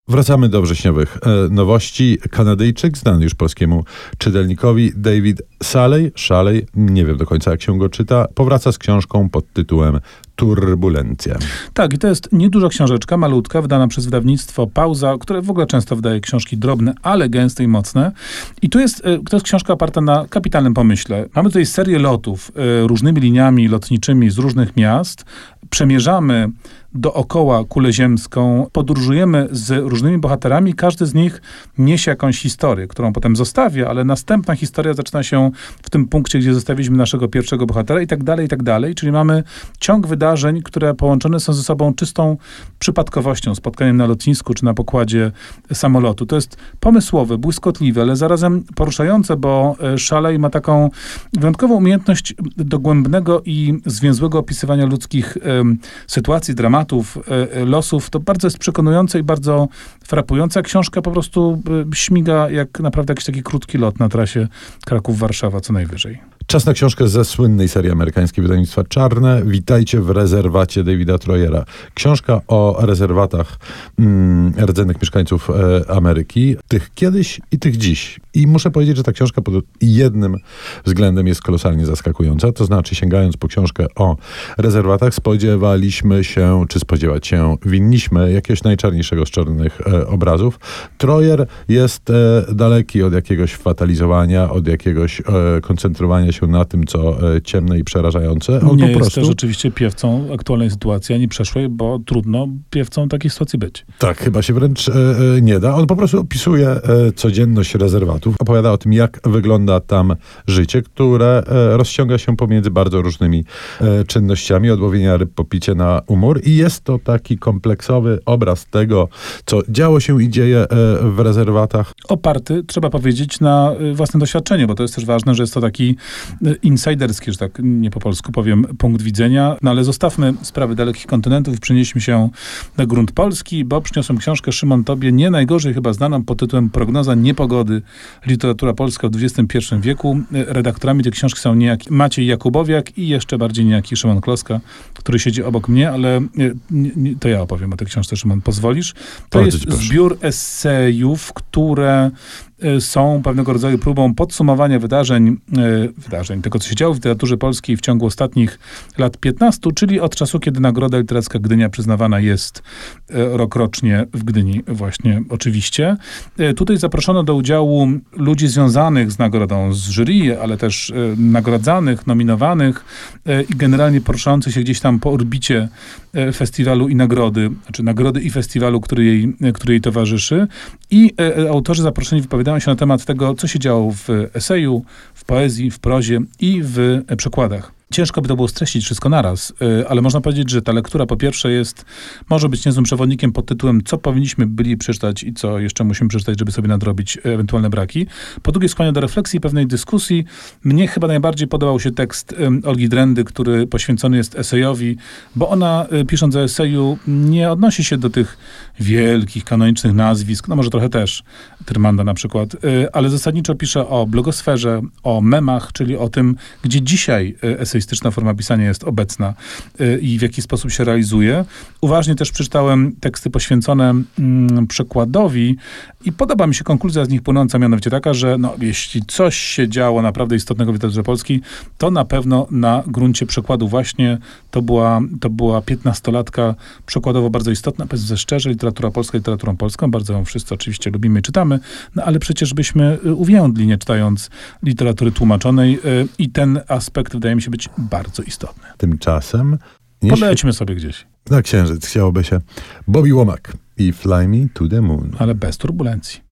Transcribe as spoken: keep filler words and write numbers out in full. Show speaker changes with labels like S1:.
S1: Wracamy do wrześniowych e, nowości. Kanadyjczyk, znany już polskiemu czytelnikowi, David Szalej, Szalej, nie wiem do końca jak się go czyta, powraca z książką pod tytułem Turbulencje.
S2: Tak, i to jest nieduża książeczka, malutka, wydana przez wydawnictwo Pauza, które w ogóle często wydaje książki drobne, ale gęste i mocne. I tu jest, to jest książka oparta na kapitalnym pomyśle. Mamy tutaj serię lotów y, różnymi liniami lotniczymi z różnych miast. Przemierzamy dookoła kulę ziemską, podróżujemy z różnymi bohaterami, każdy z nich niesie jakąś historię, którą potem zostawia, ale następna historia zaczyna się w tym punkcie, gdzie zostawiliśmy naszego pierwszego bohatera i tak dalej, i tak dalej. Czyli mamy ciąg wydarzeń, które połączone są ze sobą czystą przypadkowością, spotkaniem na lotnisku czy na pokładzie samolotu. To jest pomysłowe, błyskotliwe, ale zarazem poruszające, bo Szalej ma taką wyjątkową umiejętność dogłębnego i zwięzłego opisywania ludzkich um, sytuacji, dramatów, e, losów. To bardzo jest przekonujące i bardzo frapujące. Książka po prostu e, śmiga jak naprawdę jakiś taki krótki lot na trasie Kraków-Warszawa co najwyżej.
S1: Czas na książkę ze słynnej serii amerykańskiej wydawnictwa Czarne. Witajcie w rezerwacie Davida Troyera. Książka o rezerwatach mm, rdzennych mieszkańców e, Ameryki. Tych kiedyś i tych dziś. I muszę powiedzieć, że ta książka pod jednym względem jest kolosalnie zaskakująca. To znaczy, sięgając po książkę o rezerwatach, spodziewaliśmy się, czy spodziewać się winniśmy jakiegoś najczarniejszego z czarnych e, obrazów. Troyer jest e, daleki od jakiegoś fatalizowania, od jakiegoś e, koncentrowania się na tym, co e, ciemne i przerażające. On
S2: nie
S1: po
S2: jest
S1: prostu...
S2: też oczywiście piewcą aktualnej sytuacji, ani przeszłej, bo trudno piewcą takiej sytuacji być.
S1: Tak, chyba się wręcz e, e, nie da. On po prostu opisuje e, codzienność rezerwatów. Opowiada o tym, jak wygląda tam życie, które e, rozciąga się pomiędzy bardzo różnymi e, czynnościami, od łowienia ryb po picie na umór. I jest to taki kompleksowy obraz tego, co działo się i dzieje e, w rezerwatach.
S2: Oparty, trzeba powiedzieć, na y, własnym doświadczeniu, bo to jest też ważne, że jest to taki y, insiderski, że tak nie po polsku powiem, punkt widzenia. No ale zostawmy sprawy dalekich kontynentów i przenieśmy się na grunt polski, bo przyniosłem książkę, Szymon, tobie nie najgorzej chyba znaną pod tytułem Prognoza niepogody. Literatura polska w dwudziestym pierwszym wieku. Redaktorami tej książki są niejaki Maciej Jakubowiak i jeszcze bardziej niejaki Szymon Kloska, który siedzi obok mnie, ale nie, nie, to ja opowiem o tej książce, Szymon, pozwolisz? To
S1: Bardzo
S2: jest zbiór esejów, które są pewnego rodzaju próbą podsumowania wydarzeń, wydarzeń, tego, co się działo w literaturze polskiej w ciągu ostatnich lat piętnastu, czyli od czasu, kiedy Nagroda Literacka Gdynia przyznawana jest rokrocznie w Gdyni właśnie oczywiście. Tutaj zaproszono do udziału ludzi związanych z nagrodą, z jury, ale też nagradzanych, nominowanych i generalnie poruszających się gdzieś tam po orbicie festiwalu i nagrody, znaczy nagrody i festiwalu, który jej, który jej towarzyszy. I autorzy zaproszeni wypowiadają się na temat tego, co się działo w eseju, w poezji, w prozie i w przekładach. Ciężko by to było streścić wszystko naraz, ale można powiedzieć, że ta lektura po pierwsze jest, może być niezłym przewodnikiem pod tytułem, co powinniśmy byli przeczytać i co jeszcze musimy przeczytać, żeby sobie nadrobić ewentualne braki. Po drugie skłania do refleksji i pewnej dyskusji. Mnie chyba najbardziej podobał się tekst um, Olgi Drendy, który poświęcony jest esejowi, bo ona, pisząc o eseju, nie odnosi się do tych wielkich, kanonicznych nazwisk, no może trochę też, Tyrmanda na przykład, ale zasadniczo pisze o blogosferze, o memach, czyli o tym, gdzie dzisiaj eseistyczna forma pisania jest obecna i w jaki sposób się realizuje. Uważnie też przeczytałem teksty poświęcone mm, przekładowi i podoba mi się konkluzja z nich płynąca, mianowicie taka, że no, jeśli coś się działo naprawdę istotnego w literaturze polskiej, to na pewno na gruncie przekładu właśnie to była, to była piętnastolatka przekładowo bardzo istotna. Powiedzmy szczerze, literatura polska, literaturą polską, bardzo ją wszyscy oczywiście lubimy i czytamy, no ale przecież byśmy uwiędli, nie czytając literatury tłumaczonej i ten aspekt wydaje mi się być bardzo istotny.
S1: Tymczasem...
S2: Polećmy sobie gdzieś.
S1: Na księżyc chciałoby się. Bobby Womack i Fly Me to the Moon.
S2: Ale bez turbulencji.